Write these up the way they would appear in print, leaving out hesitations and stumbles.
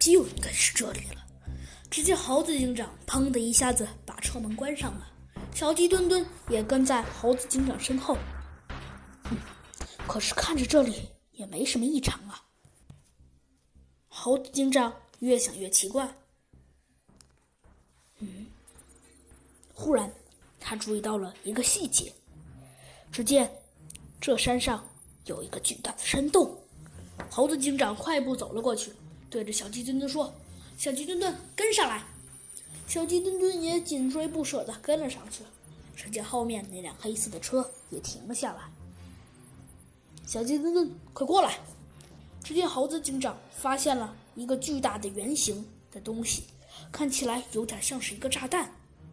就应该是这里了。只见猴子警长砰的一下子把车门关上了，小鸡墩墩也跟在猴子警长身后。可是看着这里也没什么异常啊。猴子警长越想越奇怪。忽然他注意到了一个细节，只见这山上有一个巨大的山洞。猴子警长快步走了过去，对着小鸡墩墩说：“小鸡墩墩，跟上来！”小鸡墩墩也紧追不舍地跟了上去。只见后面那辆黑色的车也停了下来。小鸡墩墩，快过来！只见猴子警长发现了一个巨大的圆形的东西，看起来有点像是一个炸弹。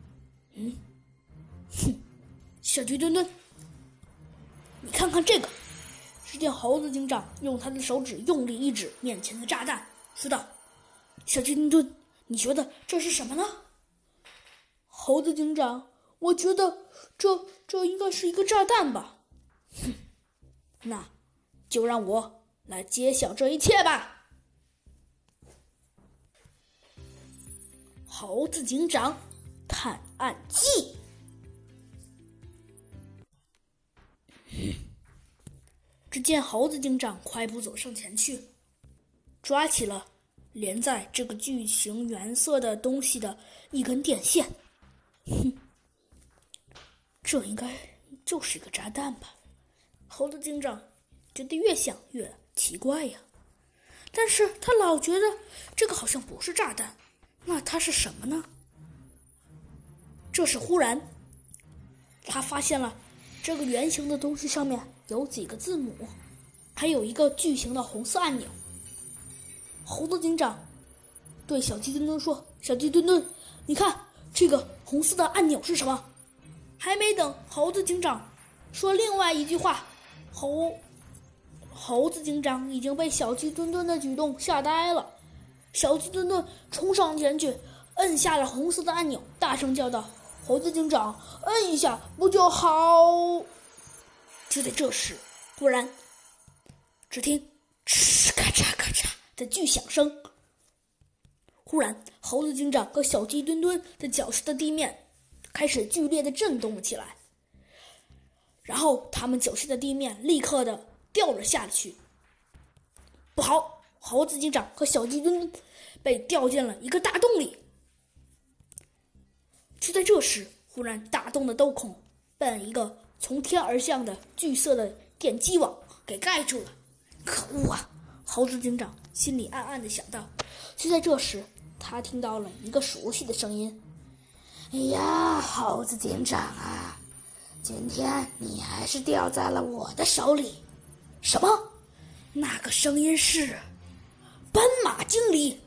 小鸡墩墩，你看看这个！只见猴子警长用他的手指用力一指面前的炸弹，说道：“小鸡墩墩，你觉得这是什么呢？”猴子警长，我觉得这应该是一个炸弹吧。那就让我来揭晓这一切吧。猴子警长探案记。只见猴子警长快步走上前去，抓起了连在这个巨型原色的东西的一根电线。这应该就是一个炸弹吧。猴子警长觉得越想越奇怪呀，但是他老觉得这个好像不是炸弹，那它是什么呢？这时忽然他发现了这个圆形的东西上面有几个字母，还有一个巨型的红色按钮。猴子警长对小鸡墩墩说：“小鸡墩墩，你看这个红色的按钮是什么？”还没等猴子警长说另外一句话，猴子警长已经被小鸡墩墩的举动吓呆了。小鸡墩墩冲上前去摁下了红色的按钮，大声叫道：“猴子警长，摁一下不就好？”就在这时，忽然只听哧咔嚓咔嚓的巨响声。忽然猴子警长和小鸡墩墩的脚下的地面开始剧烈的震动了起来，然后他们脚下的地面立刻的掉了下去。不好，猴子警长和小鸡墩墩被掉进了一个大洞里。就在这时，忽然大洞的洞口被一个从天而降的巨色的电击网给盖住了。可恶啊！猴子警长心里暗暗地想到。就在这时，他听到了一个熟悉的声音：“哎呀，猴子警长啊，今天你还是掉在了我的手里。”什么？那个声音是斑马经理。